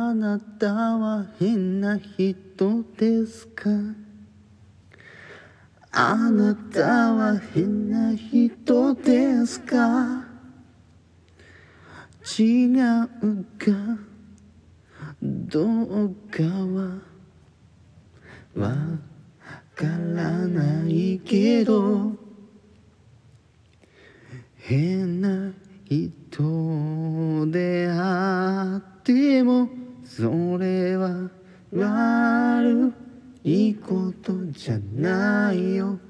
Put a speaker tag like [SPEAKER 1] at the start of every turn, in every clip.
[SPEAKER 1] あなたは変な人ですか？あなたは変な人ですか？違うかどうかはわからないけど、変な人であってもそれは悪いことじゃないよ。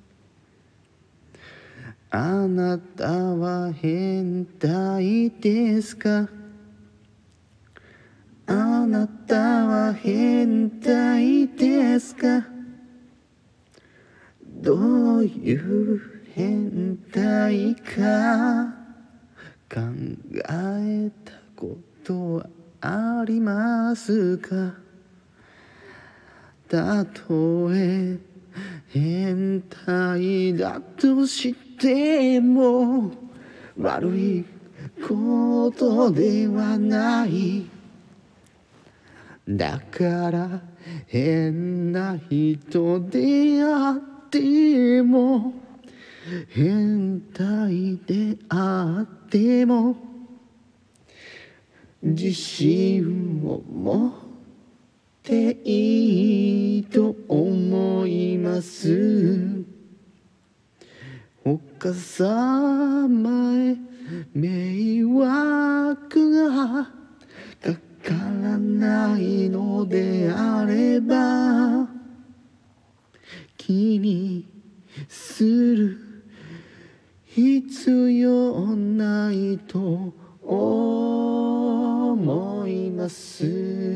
[SPEAKER 1] あなたは変態ですか？あなたは変態ですか？どういう変態か考えたことはありますか？たとえ変態だとしても悪いことではない。だから変な人であっても変態であっても自信を持っていいと思います。お母様へ迷惑がかからないのであれば気にする必要ないと思います。